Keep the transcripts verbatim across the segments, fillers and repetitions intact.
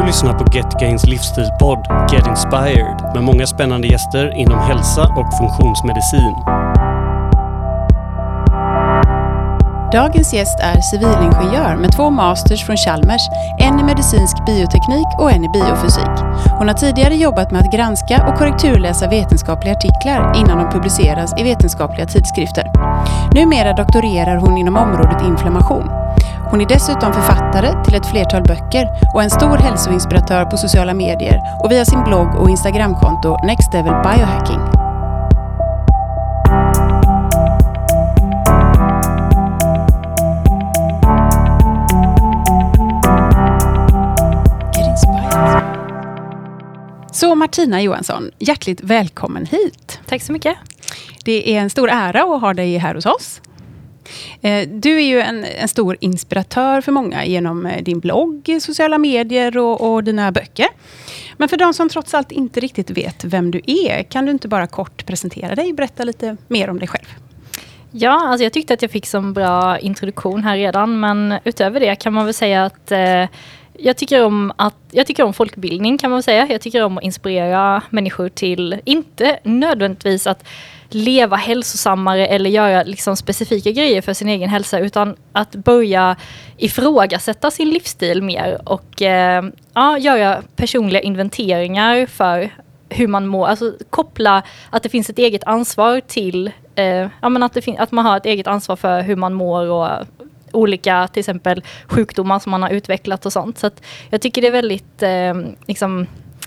lyssnar på GetGains livsstilpodd Get Inspired med många spännande gäster inom hälsa och funktionsmedicin. Dagens gäst är civilingenjör med två masters från Chalmers, en i medicinsk bioteknik och en i biofysik. Hon har tidigare jobbat med att granska och korrekturläsa vetenskapliga artiklar innan de publiceras i vetenskapliga tidskrifter. Numera doktorerar hon inom området inflammation. Hon är dessutom författare till ett flertal böcker och en stor hälsoinspiratör på sociala medier och via sin blogg och Instagramkonto Next Level Biohacking. Så Martina Johansson, hjärtligt välkommen hit. Tack så mycket. Det är en stor ära att ha dig här hos oss. Du är ju en, en stor inspiratör för många genom din blogg, sociala medier och, och dina böcker. Men för de som trots allt inte riktigt vet vem du är, kan du inte bara kort presentera dig och berätta lite mer om dig själv? Ja, alltså jag tyckte att jag fick som bra introduktion här redan, men utöver det kan man väl säga att eh, jag tycker om att jag tycker om folkbildning, kan man säga. Jag tycker om att inspirera människor till, inte nödvändigtvis att leva hälsosammare eller göra liksom specifika grejer för sin egen hälsa, utan att börja ifrågasätta sin livsstil mer och eh, ja, göra personliga inventeringar för hur man mår. Alltså koppla att det finns ett eget ansvar till eh, ja, men att, det fin- att man har ett eget ansvar för hur man mår och olika till exempel sjukdomar som man har utvecklat och sånt. Så att jag tycker det är väldigt eh, liksom,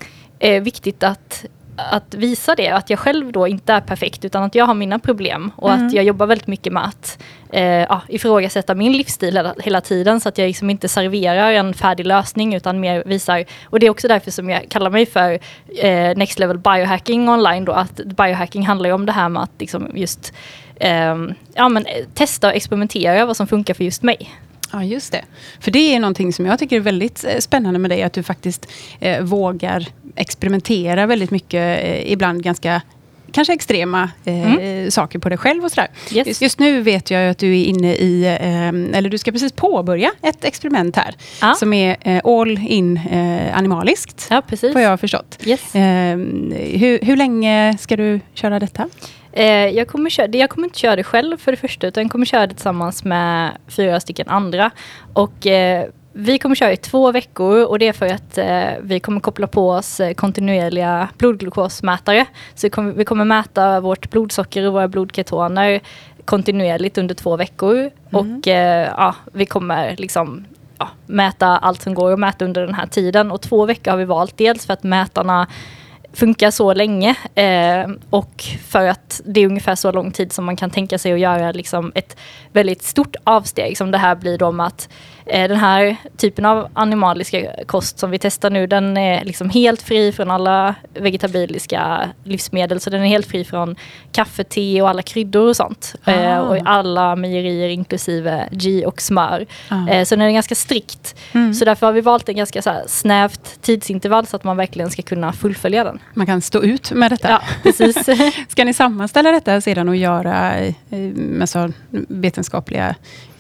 eh, viktigt att att visa det, att jag själv då inte är perfekt utan att jag har mina problem och mm. att jag jobbar väldigt mycket med att eh, ja, ifrågasätta min livsstil hela, hela tiden, så att jag liksom inte serverar en färdig lösning utan mer visar, och det är också därför som jag kallar mig för eh, Next Level Biohacking online då, att biohacking handlar ju om det här med att liksom just eh, ja, men, testa och experimentera vad som funkar för just mig. Ja, just det. För det är någonting som jag tycker är väldigt spännande med dig, att du faktiskt eh, vågar experimentera väldigt mycket, eh, ibland ganska kanske extrema eh, mm. saker på dig själv och sådär. Yes. Just, just nu vet jag att du är inne i, eh, eller du ska precis påbörja ett experiment här, ah. som är eh, all in eh, animaliskt. Ja, precis. Vad jag har förstått. Yes. Eh, hur, hur länge ska du köra detta? Eh, jag, kommer köra, jag kommer inte köra det själv för det första, utan jag kommer köra det tillsammans med fyra stycken andra. Och eh, vi kommer köra i två veckor, och det är för att eh, vi kommer koppla på oss kontinuerliga blodglukosmätare. Så vi kommer, vi kommer mäta vårt blodsocker och våra blodketoner kontinuerligt under två veckor. Mm. Och eh, ja, vi kommer liksom ja, mäta allt som går att mäta under den här tiden. Och två veckor har vi valt, dels för att mätarna funkar så länge eh, och för att det är ungefär så lång tid som man kan tänka sig att göra liksom ett väldigt stort avsteg som det här blir då, med att eh, den här typen av animaliska kost som vi testar nu, den är liksom helt fri från alla vegetabiliska livsmedel, så den är helt fri från kaffe, te och alla kryddor och sånt eh, och alla mejerier inklusive ghee och smör. Eh, så den är ganska strikt. Mm. Så därför har vi valt en ganska så här snävt tidsintervall så att man verkligen ska kunna fullfölja den. Man kan stå ut med detta. Ja, precis. Ska ni sammanställa detta sedan och göra eh, alltså, vetenskapliga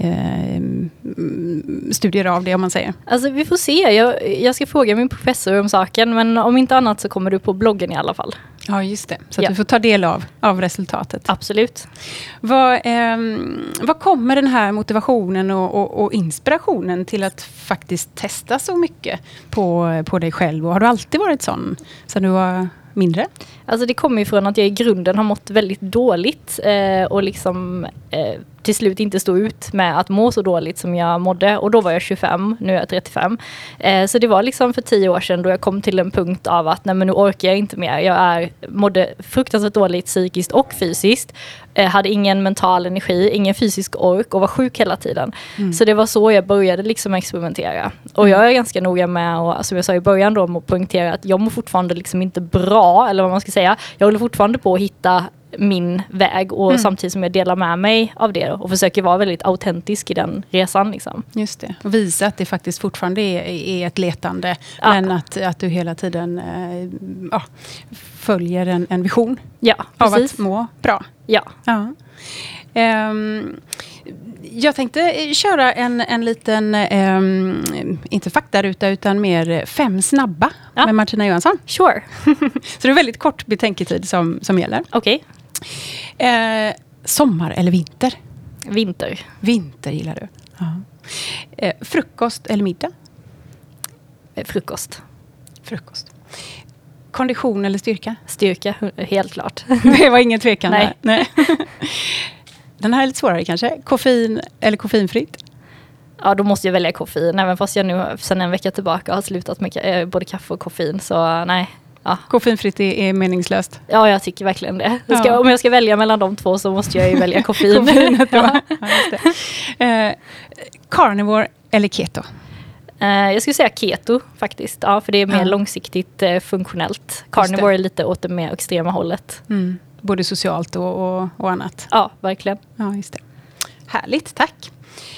eh, studier av det, om man säger? Alltså vi får se. Jag, jag ska fråga min professor om saken, men om inte annat så kommer du på bloggen i alla fall. Ja, just det. Så att ja. du får ta del av, av resultatet. Absolut. Vad, eh, vad kommer den här motivationen och, och, och inspirationen till att faktiskt testa så mycket på, på dig själv? Och har du alltid varit sån sedan du var mindre? Alltså det kommer ju från att jag i grunden har mått väldigt dåligt eh, och liksom eh, till slut inte stå ut med att må så dåligt som jag mådde. Och då var jag tjugofem, nu är jag trettiofem. Eh, så det var liksom för tio år sedan då jag kom till en punkt av att nej, men nu orkar jag inte mer. Jag är, mådde fruktansvärt dåligt psykiskt och fysiskt. Eh, hade ingen mental energi, ingen fysisk ork och var sjuk hela tiden. Mm. Så det var så jag började liksom experimentera. Och jag är ganska noga med, och som jag sa i början då, att poängtera att jag mår fortfarande liksom inte bra, eller vad man ska säga. Jag håller fortfarande på att hitta min väg och mm. samtidigt som jag delar med mig av det och försöker vara väldigt autentisk i den resan. Liksom. Just det. Och visa att det faktiskt fortfarande är, är ett letande, ja. men att, att du hela tiden äh, ja, följer en, en vision ja, av precis. att må bra. Ja. ja. Um, jag tänkte köra en, en liten, um, inte faktaruta utan mer fem snabba ja. med Martina Johansson. Sure. Så det är väldigt kort betänketid som, som gäller. Okej. Okay. Uh, sommar eller vinter? Vinter. Vinter gillar du. Uh-huh. Uh, frukost eller middag? Uh, frukost. Frukost. Kondition eller styrka? Styrka, helt klart. Det var ingen tvekan. Nej. Nej. Den här är lite svårare kanske. Koffein eller koffeinfritt? Ja, då måste jag välja koffein. Även fast jag nu sedan en vecka tillbaka har slutat med både kaffe och koffein. Så nej. Ja. Koffeinfritt är, är meningslöst. Ja, jag tycker verkligen det. Jag ska, ja. Om jag ska välja mellan de två så måste jag ju välja koffein. Koffeinet då. Ja. Ja, just det. Eh, carnivore eller keto? Eh, jag skulle säga keto faktiskt. Ja, för det är mer ja. långsiktigt eh, funktionellt. Carnivore är lite åt det mer extrema hållet. Mm. Både socialt och, och, och annat. Ja, verkligen. Ja, just det. Härligt, tack.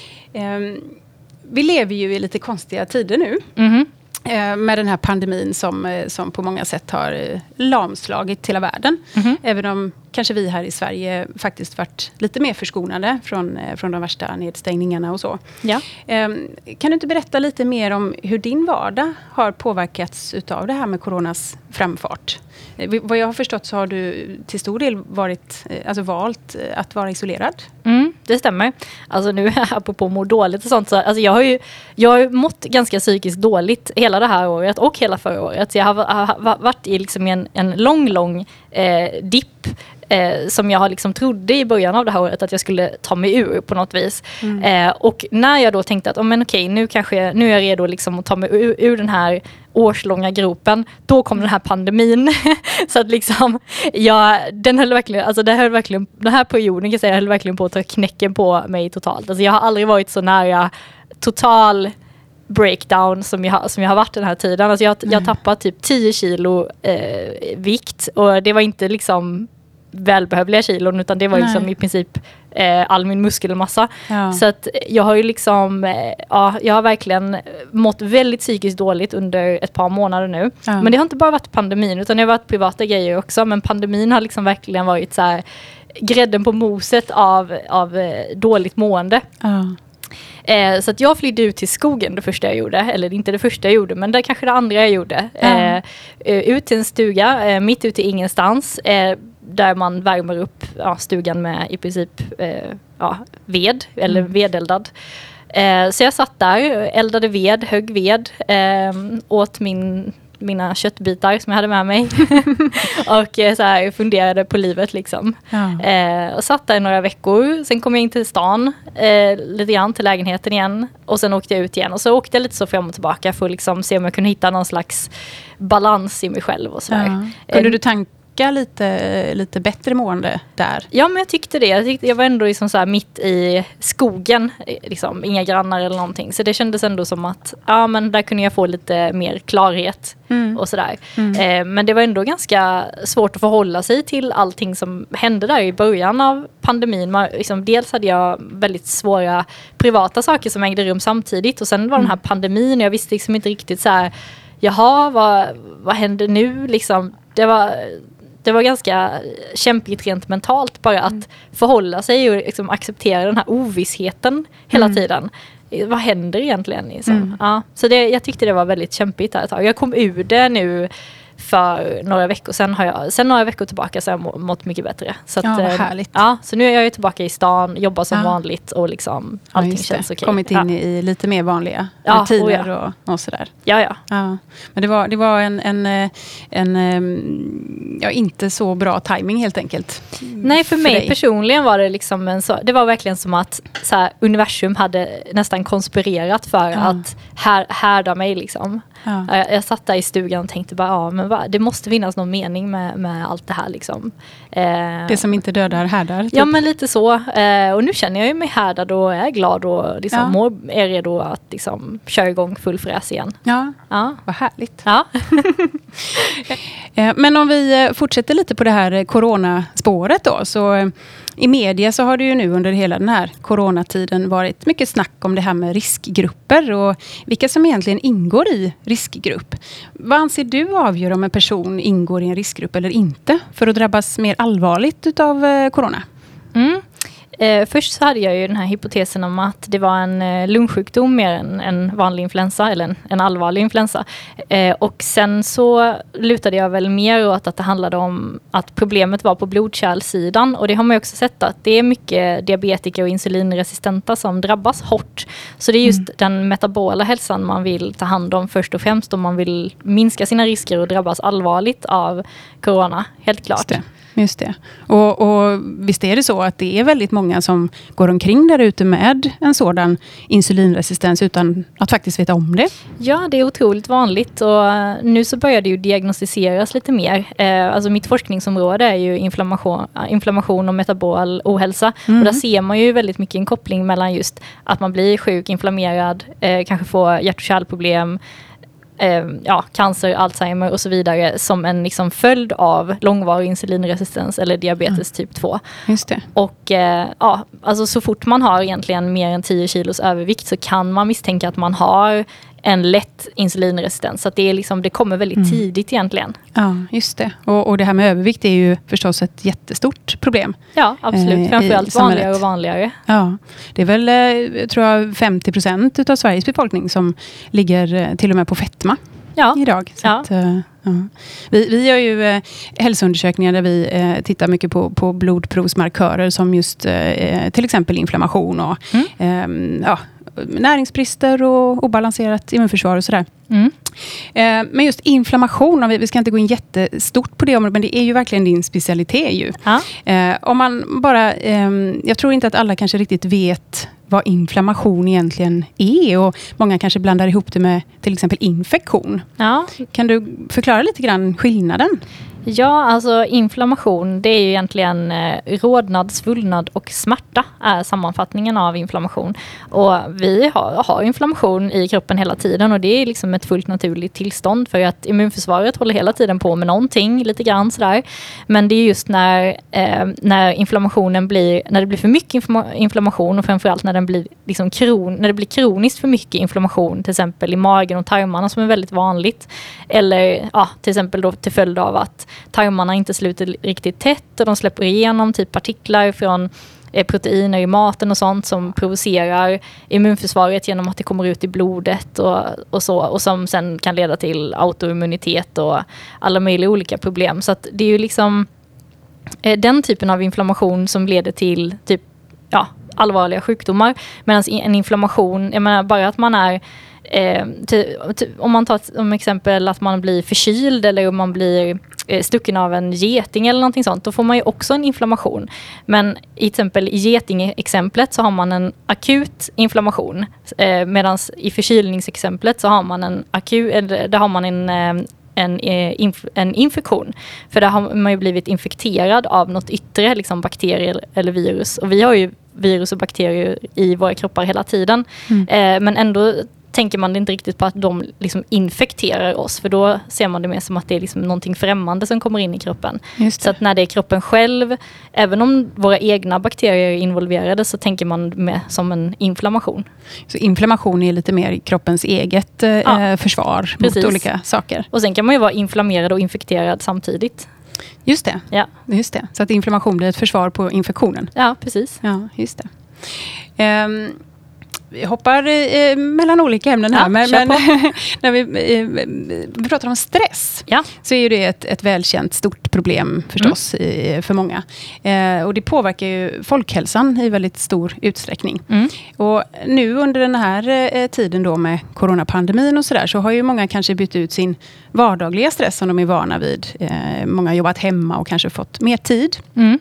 Um, vi lever ju i lite konstiga tider nu. Mm-hmm. Uh, med den här pandemin som, uh, som på många sätt har uh, lamslagit hela världen. Mm-hmm. Även om kanske vi här i Sverige faktiskt varit lite mer förskonade från, uh, från de värsta nedstängningarna och så. Ja. Um, kan du inte berätta lite mer om hur din vardag har påverkats utav det här med coronas framfart? Vad jag har förstått så har du till stor del varit, alltså valt att vara isolerad. Mm, det stämmer. Alltså nu apropå må dåligt och sånt. Så, alltså jag har ju jag har mått ganska psykiskt dåligt hela det här året och hela förra året. Så jag har, har varit i liksom en, en lång, lång eh, dipp. Eh, som jag har liksom trodde i början av det här året att jag skulle ta mig ur på något vis. Mm. Eh, och när jag då tänkte att oh, men okej, nu kanske nu är jag redo liksom att ta mig ur, ur den här årslånga gropen, då kom den här pandemin. Så att liksom jag, den höll verkligen, alltså det höll verkligen, den här perioden kan jag säga höll verkligen på att ta knäcken på mig totalt. Alltså jag har aldrig varit så nära total breakdown som jag, som jag har varit den här tiden. Alltså jag, jag har tappat typ tio kilo eh, vikt och det var inte liksom välbehövliga kilon utan det var ju liksom i princip eh, all min muskelmassa. Ja. Så att jag har ju liksom eh, ja, jag har verkligen mått väldigt psykiskt dåligt under ett par månader nu. Ja. Men det har inte bara varit pandemin utan det har varit privata grejer också, men pandemin har liksom verkligen varit så här grädden på moset av, av eh, dåligt mående. Ja. Eh, så att jag flydde ut till skogen det första jag gjorde. Eller inte det första jag gjorde, men det kanske det andra jag gjorde. Eh, eh, ut till en stuga, eh, mitt ute i ingenstans. Eh, där man värmer upp ja, stugan med i princip eh, ja, ved. Eller mm. vedeldad. Eh, så jag satt där, eldade ved, högg ved. Eh, åt min... mina köttbitar som jag hade med mig och så här funderade på livet liksom. Ja. Eh, och satt där i några veckor. Sen kom jag in till stan eh, lite grann till lägenheten igen och sen åkte jag ut igen och så åkte jag lite så fram och tillbaka för att liksom se om jag kunde hitta någon slags balans i mig själv och så här. Ja. Kunde du tanka lite, lite bättre mående där? Ja, men jag tyckte det. Jag, tyckte, jag var ändå liksom så här mitt i skogen. Liksom, inga grannar eller någonting. Så det kändes ändå som att ja, men där kunde jag få lite mer klarhet. Mm. Och sådär. Mm. Eh, men det var ändå ganska svårt att förhålla sig till allting som hände där i början av pandemin. Man, liksom, dels hade jag väldigt svåra privata saker som ägde rum samtidigt. Och sen var mm. den här pandemin. Jag visste liksom inte riktigt så här, jaha, vad, vad händer nu? Liksom, det var... Det var ganska kämpigt rent mentalt bara att mm. förhålla sig och liksom acceptera den här ovissheten hela mm. tiden. Vad händer egentligen? Liksom? Mm. Ja, så det, jag tyckte det var väldigt kämpigt där ett tag. Jag kom ur det nu för några veckor. Sen har jag, sen några veckor tillbaka så har jag mått mycket bättre. Så att, ja, vad härligt. Ja, så nu är jag ju tillbaka i stan, jobbar som ja. vanligt och liksom allting ja, känns okej. Kommit in ja. i lite mer vanliga ja, rutiner och, ja. och, och sådär. Ja, ja. ja. Men det var, det var en, en, en, en ja, inte så bra timing helt enkelt. Nej, för, för mig dig. personligen var det liksom en så, det var verkligen som att så här, universum hade nästan konspirerat för ja. att här, härda mig liksom. Ja. Jag, jag satt där i stugan och tänkte bara, ja men va, det måste finnas någon mening med, med allt det här liksom. Eh, det som inte dödar härdar. Typ. Ja, men lite så. Eh, och nu känner jag mig härdad och är glad och liksom ja. mår, är redo att liksom köra igång full fräs igen. Ja, ja. vad härligt. Ja. Men om vi fortsätter lite på det här coronaspåret då, så i media så har det ju nu under hela den här coronatiden varit mycket snack om det här med riskgrupper och vilka som egentligen ingår i riskgrupp. Vad anser du avgör om en person ingår i en riskgrupp eller inte för att drabbas mer allvarligt utav corona? Mm. Eh, först så hade jag ju den här hypotesen om att det var en eh, lungsjukdom mer än en vanlig influensa eller en, en allvarlig influensa. Eh, och sen så lutade jag väl mer åt att det handlade om att problemet var på blodkärlsidan. Och det har man ju också sett att det är mycket diabetiker och insulinresistenta som drabbas hårt. Så det är just mm. den metabola hälsan man vill ta hand om först och främst om man vill minska sina risker och drabbas allvarligt av corona, helt klart. Just det. Just det. Och, och visst är det så att det är väldigt många som går omkring där ute med en sådan insulinresistens utan att faktiskt veta om det? Ja, det är otroligt vanligt och nu så börjar det ju diagnostiseras lite mer. Eh, alltså mitt forskningsområde är ju inflammation, inflammation och metabol ohälsa. Mm. Och där ser man ju väldigt mycket en koppling mellan just att man blir sjuk, inflammerad, eh, kanske får hjärt- och kärlproblem, Eh, ja, cancer, Alzheimer och så vidare som en liksom följd av långvarig insulinresistens eller diabetes mm. typ två. Just det. Och eh, ja, alltså så fort man har egentligen mer än tio kilos övervikt så kan man misstänka att man har en lätt insulinresistens. Så att det, är liksom, det kommer väldigt mm. tidigt egentligen. Ja, just det. Och, och det här med övervikt är ju förstås ett jättestort problem. Ja, absolut. Framförallt vanligare och vanligare. Ja, det är väl jag tror jag, femtio procent av Sveriges befolkning som ligger till och med på fetma ja. idag. Så ja. att, ja. vi, vi gör ju eh, hälsoundersökningar där vi eh, tittar mycket på, på blodprovsmarkörer som just eh, till exempel inflammation och mm. eh, ja, näringsbrister och obalanserat immunförsvar och sådär. Mm. Eh, men just inflammation, vi, vi ska inte gå in jättestort på det, men det är ju verkligen din specialitet ju. Ja. Eh, om man bara, eh, jag tror inte att alla kanske riktigt vet vad inflammation egentligen är och många kanske blandar ihop det med till exempel infektion. Ja. Kan du förklara lite grann skillnaden? Ja, alltså inflammation det är ju egentligen eh, rodnad, svullnad och smärta är sammanfattningen av inflammation. Och vi har, har inflammation i kroppen hela tiden och det är liksom ett fullt naturligt tillstånd för att immunförsvaret håller hela tiden på med någonting, lite grann sådär. Men det är just när, eh, när inflammationen blir, när det blir för mycket infla- inflammation och framförallt när den blir liksom kron, när det blir kroniskt för mycket inflammation, till exempel i magen och tarmarna som är väldigt vanligt. Eller ja, till exempel då till följd av att tarmarna inte sluter riktigt tätt och de släpper igenom typ partiklar från eh, proteiner i maten och sånt som provocerar immunförsvaret genom att det kommer ut i blodet och, och så och som sen kan leda till autoimmunitet och alla möjliga olika problem. Så att det är ju liksom eh, den typen av inflammation som leder till typ ja, allvarliga sjukdomar. Medan en inflammation, jag menar bara att man är Eh, ty, ty, om man tar som exempel att man blir förkyld eller om man blir eh, stucken av en geting eller någonting sånt, då får man ju också en inflammation. Men i exempel i geting-exemplet så har man en akut inflammation eh, medan i förkylningsexemplet så har man en akut, eller där har man en eh, En, inf- en infektion. För där har man ju blivit infekterad av något yttre, liksom bakterier eller virus. Och vi har ju virus och bakterier i våra kroppar hela tiden. Mm. Eh, men ändå tänker man inte riktigt på att de liksom infekterar oss. För då ser man det mer som att det är liksom någonting främmande som kommer in i kroppen. Så att när det är kroppen själv, även om våra egna bakterier är involverade, så tänker man med som en inflammation. Så inflammation är lite mer kroppens eget eh, ja. försvar Precis. mot olika saker. Och sen kan man ju vara inflammerad och infekterad samtidigt. Just det. Ja. Just det. Så att inflammation blir ett försvar på infektionen. Ja, precis. Ja, just det. Um, Vi hoppar eh, mellan olika ämnen här. Ja, men men när vi, eh, vi pratar om stress ja. så är ju det ett, ett välkänt stort problem förstås mm. i, för många. Eh, och det påverkar ju folkhälsan i väldigt stor utsträckning. Mm. Och nu under den här eh, tiden då med coronapandemin och sådär så har ju många kanske bytt ut sin vardagliga stress som de är vana vid. Eh, många har jobbat hemma och kanske fått mer tid. Mm.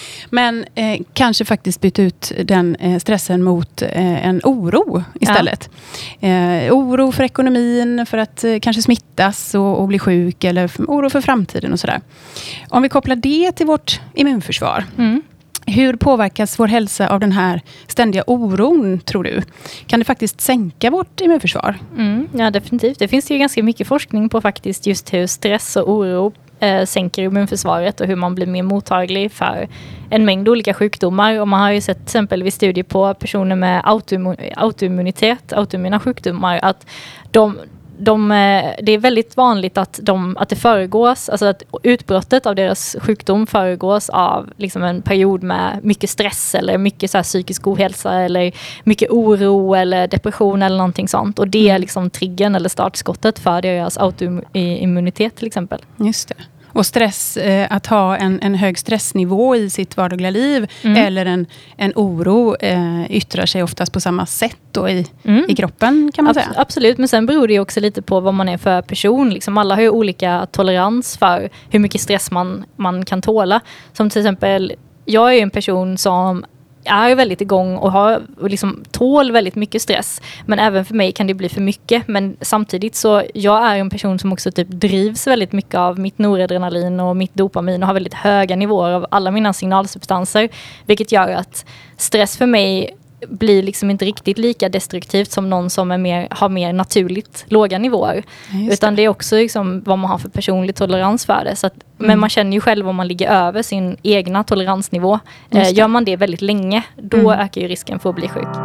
Men eh, kanske faktiskt byta ut den eh, stressen mot eh, en oro istället. Ja. Eh, oro för ekonomin, för att eh, kanske smittas och, och bli sjuk eller för, oro för framtiden och sådär. Om vi kopplar det till vårt immunförsvar. Mm. Hur påverkas vår hälsa av den här ständiga oron, tror du? Kan det faktiskt sänka vårt immunförsvar? Mm, ja, definitivt. Det finns ju ganska mycket forskning på faktiskt just hur stress och oro eh, sänker immunförsvaret och hur man blir mer mottaglig för en mängd olika sjukdomar. Och man har ju sett till exempel vid studier på personer med autoimmun- autoimmunitet, autoimmuna sjukdomar, att de de, det är väldigt vanligt att, de, att det föregås, alltså att utbrottet av deras sjukdom föregås av liksom en period med mycket stress eller mycket så här psykisk ohälsa eller mycket oro eller depression eller någonting sånt. Och det är liksom triggern eller startskottet för deras autoimmunitet till exempel. Just det. Och stress, eh, att ha en, en hög stressnivå i sitt vardagliga liv mm. eller en, en oro eh, yttrar sig oftast på samma sätt då i, mm. i kroppen kan man Abs- säga. Absolut, men sen beror det också lite på vad man är för person. Liksom alla har ju olika tolerans för hur mycket stress man, man kan tåla. Som till exempel, jag är en person som är väldigt igång och, har, och liksom tål väldigt mycket stress. Men även för mig kan det bli för mycket. Men samtidigt så jag är en person som också typ drivs väldigt mycket av mitt noradrenalin och mitt dopamin och har väldigt höga nivåer av alla mina signalsubstanser. Vilket gör att stress för mig blir liksom inte riktigt lika destruktivt som någon som är mer, har mer naturligt låga nivåer. Ja, utan det är också liksom vad man har för personlig tolerans för det. Så att, mm. Men man känner ju själv om man ligger över sin egna toleransnivå. Eh, gör man det väldigt länge, då mm. ökar ju risken för att bli sjuk.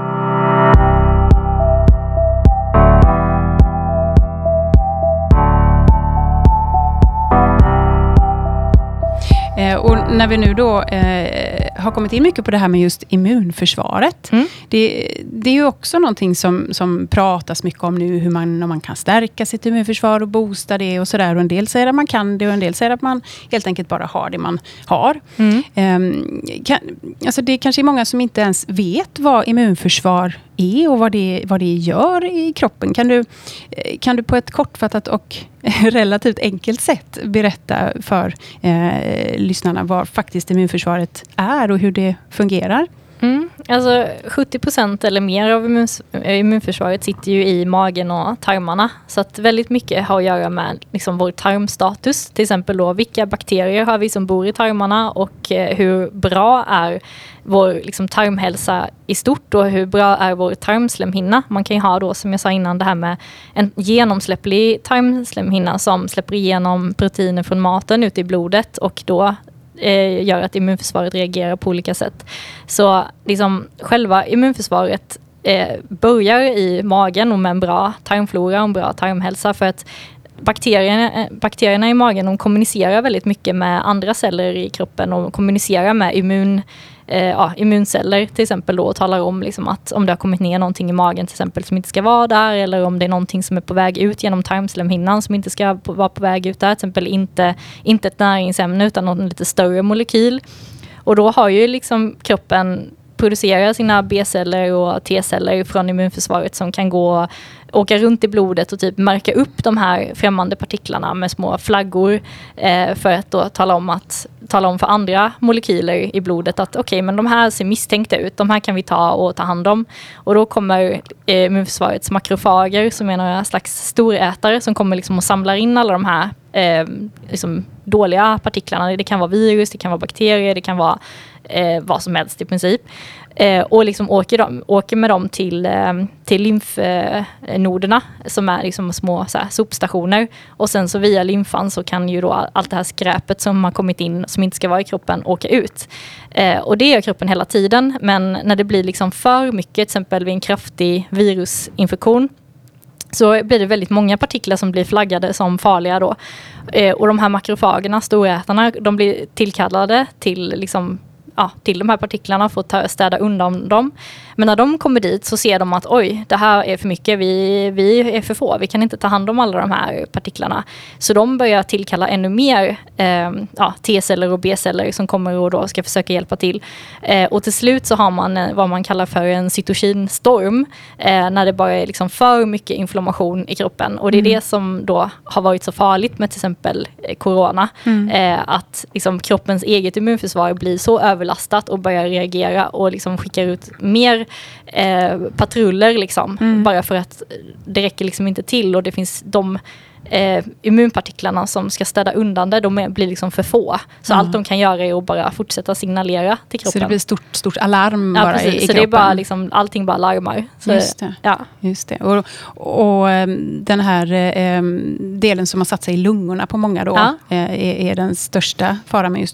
Eh, och när vi nu då eh, har kommit in mycket på det här med just immunförsvaret. Mm. Det, det är ju också någonting som, som pratas mycket om nu. Hur man, om man kan stärka sitt immunförsvar och boosta det och sådär. Och en del säger att man kan det och en del säger att man helt enkelt bara har det man har. Mm. Eh, kan, alltså det är kanske många som inte ens vet vad immunförsvar är och vad det, vad det gör i kroppen. Kan du, kan du på ett kortfattat och relativt enkelt sätt berätta för eh, lyssnarna vad faktiskt immunförsvaret är och hur det fungerar? Mm. Alltså sjuttio procent eller mer av immuns- immunförsvaret sitter ju i magen och tarmarna. Så att väldigt mycket har att göra med liksom vår tarmstatus. Till exempel då vilka bakterier har vi som bor i tarmarna och eh, hur bra är vår liksom, tarmhälsa i stort och hur bra är vår tarmslemhinna. Man kan ju ha då som jag sa innan det här med en genomsläpplig tarmslemhinna som släpper igenom proteiner från maten ut i blodet och då eh, gör att immunförsvaret reagerar på olika sätt. Så liksom, själva immunförsvaret eh, börjar i magen och med en bra tarmflora och en bra tarmhälsa för att Bakterierna, bakterierna i magen de kommunicerar väldigt mycket med andra celler i kroppen och kommunicerar med immun, eh, ja, immunceller till exempel då och talar om liksom att om det har kommit ner någonting i magen till exempel som inte ska vara där eller om det är någonting som är på väg ut genom tarmslemhinnan som inte ska på, vara på väg ut där, till exempel inte, inte ett näringsämne utan någon lite större molekyl. Och då har ju liksom kroppen producerar sina B-celler och T-celler från immunförsvaret som kan gå åka runt i blodet och typ märka upp de här främmande partiklarna med små flaggor eh, för att då tala om att tala om för andra molekyler i blodet att okej, okay, men de här ser misstänkta ut. De här kan vi ta och ta hand om. Och då kommer eh, immunförsvarets makrofager som är några slags storätare som kommer liksom och samlar in alla de här eh, liksom dåliga partiklarna. Det kan vara virus, det kan vara bakterier, det kan vara eh, vad som helst i princip. Eh, och liksom åker, de, åker med dem till, eh, till lymfnoderna som är liksom små så här, sopstationer. Och sen så via lymfan så kan ju då allt det här skräpet som har kommit in som inte ska vara i kroppen åka ut. Eh, och det gör kroppen hela tiden. Men när det blir liksom för mycket, till exempel vid en kraftig virusinfektion, så blir det väldigt många partiklar som blir flaggade som farliga då. Eh, och de här makrofagerna, storätarna, de blir tillkallade till liksom Ja, till de här partiklarna för att ta, städa undan dem. Men när de kommer dit så ser de att oj, det här är för mycket, vi, vi är för få, vi kan inte ta hand om alla de här partiklarna. Så de börjar tillkalla ännu mer eh, ja, T-celler och B-celler som kommer och då ska försöka hjälpa till. Eh, och till slut så har man eh, vad man kallar för en cytokinstorm eh, när det bara är liksom för mycket inflammation i kroppen. Och det är mm. det som då har varit så farligt med till exempel eh, corona. Mm. Eh, att liksom, kroppens eget immunförsvar blir så överlastat och börjar reagera och liksom skickar ut mer eh, patruller liksom, mm. bara för att det räcker liksom inte till och det finns de eh, immunpartiklarna som ska städa undan det, de är, blir liksom för få. Så mm. allt de kan göra är att bara fortsätta signalera till kroppen. Så det blir stort, stort alarm ja, bara precis. i, i så kroppen? Det är bara liksom, allting bara larmar. Så, just det. Ja. Just det. Och, och den här eh, delen som har satt sig i lungorna på många då, ja. eh, är, är den största faran med just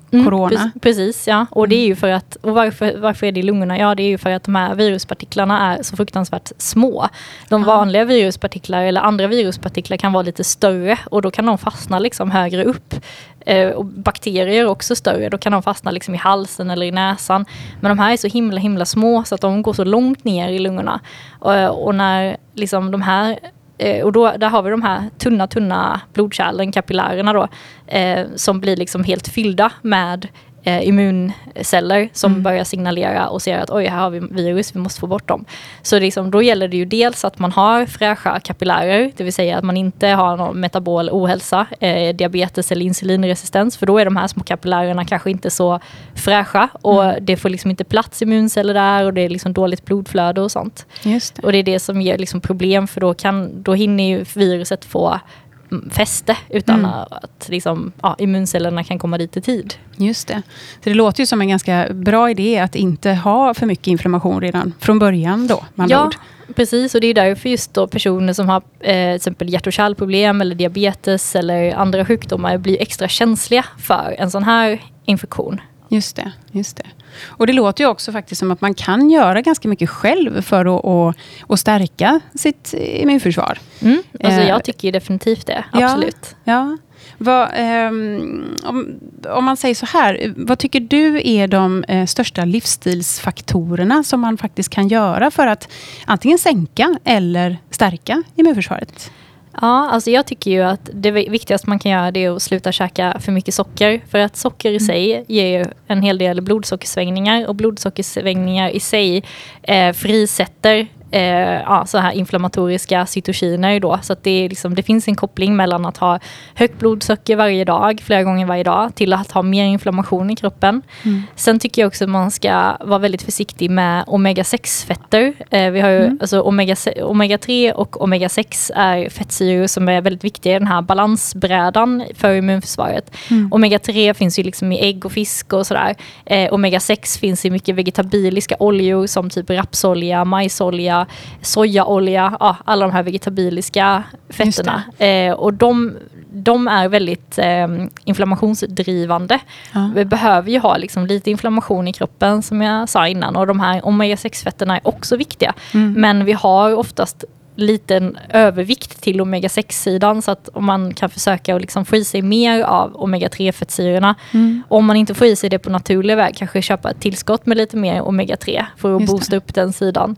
mm, corona. Pre- precis, ja. Och det är ju för att, och varför, varför är det i lungorna? Ja, det är ju för att de här viruspartiklarna är så fruktansvärt små. De vanliga viruspartiklar eller andra viruspartiklar kan vara lite större och då kan de fastna liksom högre upp. Eh, och bakterier är också större, då kan de fastna liksom i halsen eller i näsan. Men de här är så himla himla små så att de går så långt ner i lungorna. Och, och när liksom de här och då, där har vi de här tunna, tunna blodkärlen, kapillärerna då, eh, som blir liksom helt fyllda med eh, immunceller som mm. börjar signalera och ser att oj, här har vi virus, vi måste få bort dem. Så liksom, då gäller det ju dels att man har fräscha kapillärer, det vill säga att man inte har någon metabol ohälsa, eh, diabetes eller insulinresistens, för då är de här små kapillärerna kanske inte så fräscha och mm. det får liksom inte plats immunceller där och det är liksom dåligt blodflöde och sånt. Just det. Och det är det som ger liksom problem, för då, kan, då hinner ju viruset få fäste utan mm. att liksom, ja, immuncellerna kan komma dit i tid. Just det. Så det låter ju som en ganska bra idé att inte ha för mycket inflammation redan från början då. Man ja, ord. precis. Och det är därför just då personer som har eh, till exempel hjärt- och kärlproblem eller diabetes eller andra sjukdomar blir extra känsliga för en sån här infektion. Just det, just det. Och det låter ju också faktiskt som att man kan göra ganska mycket själv för att, att, att stärka sitt immunförsvar. Mm, alltså jag tycker ju definitivt det, absolut. Ja, ja. Vad, um, om, om man säger så här, vad tycker du är de uh, största livsstilsfaktorerna som man faktiskt kan göra för att antingen sänka eller stärka immunförsvaret? Ja, alltså jag tycker ju att det viktigaste man kan göra det är att sluta käka för mycket socker. För att socker i sig ger ju en hel del blodsockersvängningar. Och blodsockersvängningar i sig eh, frisätter eh, ja, så här inflammatoriska cytokiner då. Så att det, är liksom, det finns en koppling mellan att ha högt blodsocker varje dag, flera gånger varje dag, till att ha mer inflammation i kroppen. Mm. Sen tycker jag också att man ska vara väldigt försiktig med omega sex fetter. Eh, vi har ju, mm. alltså omega, omega tre och omega sex är fettsyror som är väldigt viktiga i den här balansbrädan för immunförsvaret. Mm. omega tre finns ju liksom i ägg och fisk och sådär. Eh, omega sex finns i mycket vegetabiliska oljor som typ rapsolja, majsolja, sojaolja, ja, alla de här vegetabiliska fetterna. Eh, och de, de är väldigt eh, inflammationsdrivande. Ja. Vi behöver ju ha liksom lite inflammation i kroppen som jag sa innan, och de här omega sex fetterna är också viktiga. Mm. Men vi har oftast liten övervikt till omega sex-sidan, så att om man kan försöka att liksom få i sig mer av omega tre fettsyrorna, mm. om man inte får i sig det på naturlig väg, kanske köpa ett tillskott med lite mer omega tre för att boosta upp den sidan.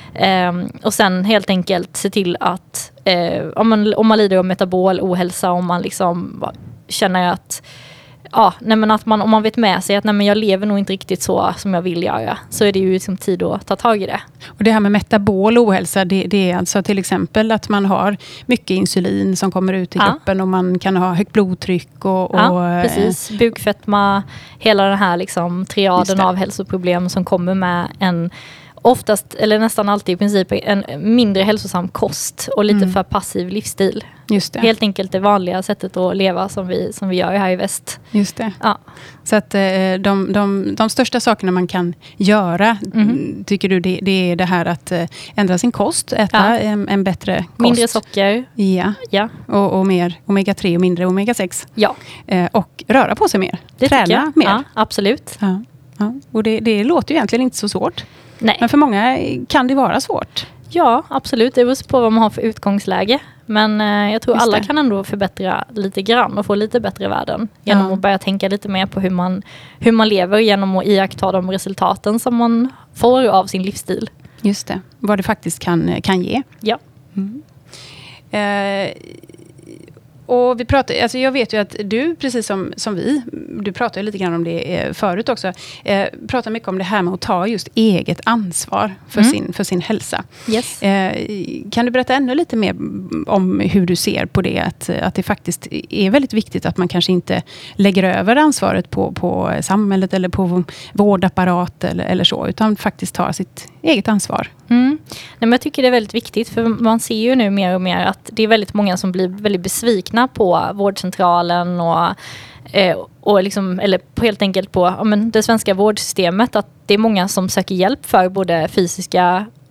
Um, och sen helt enkelt se till att uh, om, man, om man lider av metabol ohälsa, om man liksom känner att ja, nej men att man, om man vet med sig att nej men jag lever nog inte riktigt så som jag vill göra, så är det ju liksom tid att ta tag i det. Och det här med metabol ohälsa, det, det är alltså till exempel att man har mycket insulin som kommer ut i ja. kroppen, och man kan ha högt blodtryck och, och ja, precis. Bukfetma, hela den här liksom triaden av hälsoproblem som kommer med en oftast, eller nästan alltid i princip, en mindre hälsosam kost och lite mm. för passiv livsstil. Just det. Helt enkelt det vanliga sättet att leva som vi, som vi gör här i väst. Just det. Ja. Så att de, de, de största sakerna man kan göra, mm. tycker du, det, det är det här att ändra sin kost, äta ja. en, en bättre kost. Mindre socker. Ja. ja. Och, och mer omega tre och mindre omega sex. Ja. Och röra på sig mer. Det Träna mer. Ja, absolut. Ja. Ja. Och det, det låter ju egentligen inte så svårt. Nej. Men för många kan det vara svårt. Ja, absolut. Det beror på vad man har för utgångsläge. Men eh, jag tror alla kan ändå förbättra lite grann och få lite bättre värden. Genom ja. att börja tänka lite mer på hur man, hur man lever, genom att iaktta de resultaten som man får av sin livsstil. Just det. Vad det faktiskt kan, kan ge. Ja. Mm. Eh, Och vi pratar, alltså jag vet ju att du, precis som, som vi, du pratar ju lite grann om det förut också, eh, pratar mycket om det här med att ta just eget ansvar för, mm. sin, för sin hälsa. Yes. Eh, kan du berätta ännu lite mer om hur du ser på det, att, att det faktiskt är väldigt viktigt att man kanske inte lägger över ansvaret på, på samhället eller på vårdapparat eller, eller så, utan faktiskt tar sitt eget ansvar? Mm. Nej, men jag tycker det är väldigt viktigt, för man ser ju nu mer och mer att det är väldigt många som blir väldigt besvikna på vårdcentralen och, eh, och liksom, eller på, helt enkelt på ja, men det svenska vårdsystemet, att det är många som söker hjälp för både fysiska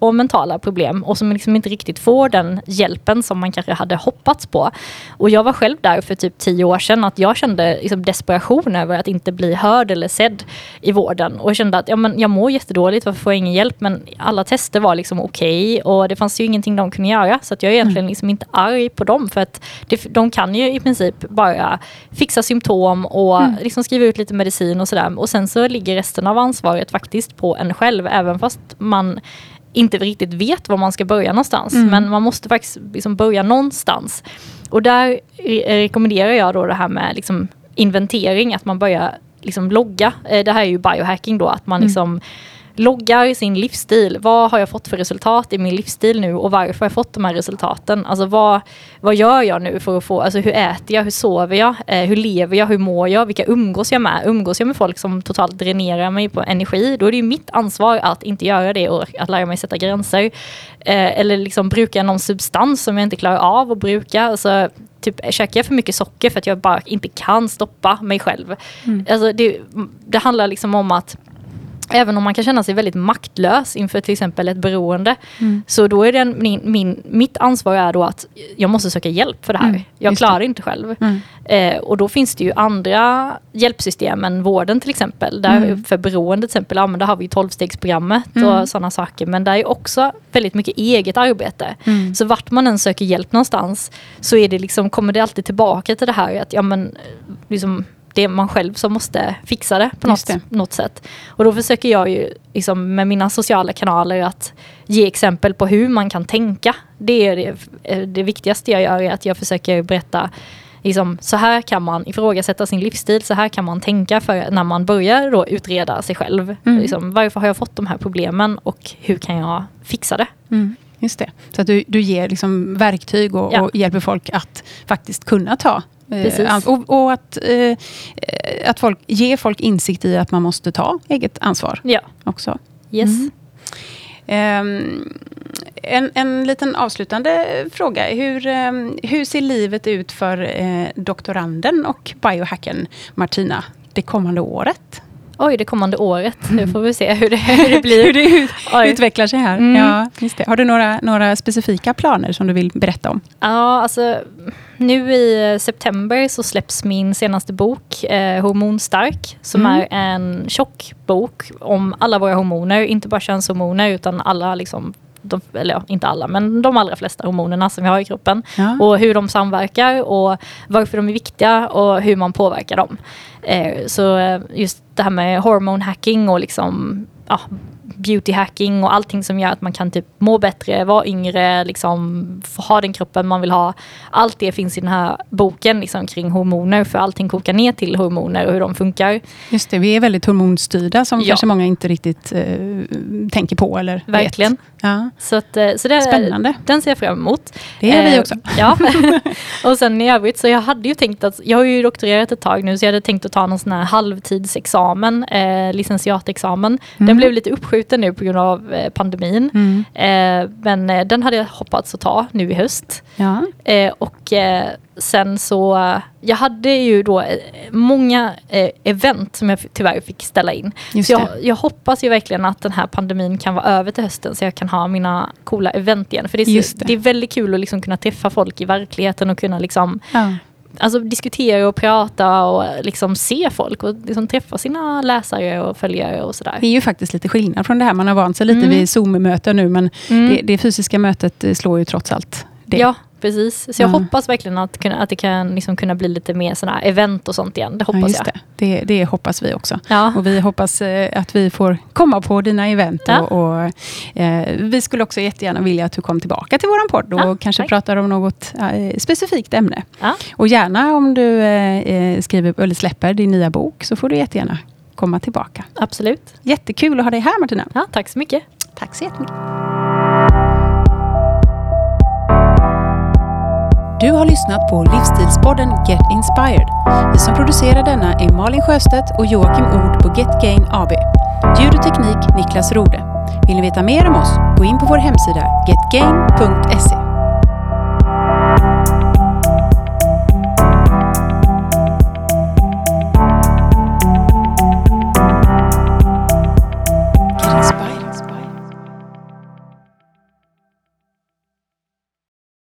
och mentala problem och som liksom inte riktigt får den hjälpen som man kanske hade hoppats på. Och jag var själv där för typ tio år sedan att jag kände liksom desperation över att inte bli hörd eller sedd i vården och kände att ja, men jag mår jättedåligt, varför får jag ingen hjälp? Men alla tester var liksom okej okay, och det fanns ju ingenting de kunde göra, så att jag är egentligen liksom inte arg på dem, för att det, de kan ju i princip bara fixa symptom och mm. liksom skriva ut lite medicin och sådär, och sen så ligger resten av ansvaret faktiskt på en själv, även fast man inte riktigt vet var man ska börja någonstans. Mm. Men man måste faktiskt liksom börja någonstans. Och där rekommenderar jag då det här med liksom inventering, att man börjar liksom logga. Det här är ju biohacking då, att man mm. liksom loggar sin livsstil. Vad har jag fått för resultat i min livsstil nu och varför har jag fått de här resultaten? Alltså vad, vad gör jag nu för att få, alltså hur äter jag, hur sover jag, eh, hur lever jag, hur mår jag, vilka umgås jag med? Umgås jag med folk som totalt dränerar mig på energi, då är det ju mitt ansvar att inte göra det och att lära mig sätta gränser. Eh, eller liksom brukar jag någon substans som jag inte klarar av att bruka, alltså typ käkar jag för mycket socker för att jag bara inte kan stoppa mig själv. Mm. Alltså det, det handlar liksom om att även om man kan känna sig väldigt maktlös inför till exempel ett beroende, mm. så då är det en, min, min, mitt ansvar är då att jag måste söka hjälp för det här. Mm, jag klarar det inte själv. Mm. Eh, och då finns det ju andra hjälpsystem än vården till exempel. Där mm. för beroende till exempel, ja, men där har vi tolvstegsprogrammet mm. och sådana saker. Men där är också väldigt mycket eget arbete. Mm. Så vart man än söker hjälp någonstans så är det liksom, kommer det alltid tillbaka till det här att ja, men liksom det är man själv som måste fixa det på något, något sätt. Och då försöker jag ju liksom med mina sociala kanaler att ge exempel på hur man kan tänka. Det är det, det viktigaste jag gör, är att jag försöker berätta liksom, så här kan man ifrågasätta sin livsstil, så här kan man tänka för när man börjar då utreda sig själv. Mm. Liksom, varför har jag fått de här problemen och hur kan jag fixa det? Mm. Just det. Så att du, du ger liksom verktyg och, ja. och hjälper folk att faktiskt kunna ta Eh, och, och att, eh, att folk, ge folk insikt i att man måste ta eget ansvar ja. också. Yes. Mm. Um, en, en liten avslutande fråga. Hur, um, hur ser livet ut för eh, doktoranden och biohacken Martina det kommande året? Oj, det kommande året. Nu får vi se hur det, hur det blir. hur det ut, utvecklar sig här. Mm. Ja, just det. Har du några, några specifika planer som du vill berätta om? Ja, alltså nu i september så släpps min senaste bok, eh, Hormonstark, som mm. är en tjock bok om alla våra hormoner, inte bara könshormoner utan alla liksom, de, eller ja, inte alla, men de allra flesta hormonerna som vi har i kroppen. Ja. Och hur de samverkar och varför de är viktiga och hur man påverkar dem. Eh, så just det här med hormonhacking och liksom, ja, beauty hacking och allting som gör att man kan typ må bättre, vara yngre, liksom ha den kroppen man vill ha. Allt det finns i den här boken liksom, kring hormoner, för allting kokar ner till hormoner och hur de funkar. Just det, vi är väldigt hormonstyrda som ja. kanske många inte riktigt eh, tänker på eller verkligen. vet. Ja. Så, att, så det, spännande. Den ser jag fram emot. Det är eh, vi också. Ja. Och sen i övrigt så jag hade ju tänkt att, jag har ju doktorerat ett tag nu, så jag hade tänkt att ta någon sån här halvtidsexamen, eh, licentiatexamen. Mm. Den blev lite uppskjuten nu på grund av eh, pandemin. Mm. Eh, men eh, den hade jag hoppats att ta nu i höst. Ja. Eh, och eh, sen så, jag hade ju då eh, många eh, event som jag tyvärr fick ställa in. Just så jag, jag hoppas ju verkligen att den här pandemin kan vara över till hösten så jag kan ha mina coola event igen. För det är, så, det. det är väldigt kul att liksom kunna träffa folk i verkligheten och kunna liksom ja. alltså, diskutera och prata och liksom se folk och liksom träffa sina läsare och följare och sådär. Det är ju faktiskt lite skillnad från det här. Man har vant sig lite mm. vid Zoom-möten nu, men mm. det, det fysiska mötet slår ju trots allt det. Ja, precis. Så jag ja. hoppas verkligen att, kunna, att det kan liksom kunna bli lite mer sådana här event och sånt igen. Det hoppas ja, just jag. Det. Det, det hoppas vi också. Ja. Och vi hoppas eh, att vi får komma på dina event. Ja. Och, och eh, vi skulle också jättegärna vilja att du kom tillbaka till våran podd och ja, kanske tack. pratar om något eh, specifikt ämne. Ja. Och gärna om du eh, skriver eller släpper din nya bok så får du jättegärna komma tillbaka. Absolut. Jättekul att ha dig här, Martina. Ja, tack så mycket. Tack så jättemycket. Du har lyssnat på Livsstilspodden Get Inspired. Vi som producerar denna är Malin Sjöstedt och Joakim Ord på Get Gain A B. Ljud och teknik Niklas Rode. Vill ni veta mer om oss? Gå in på vår hemsida get gain punkt se.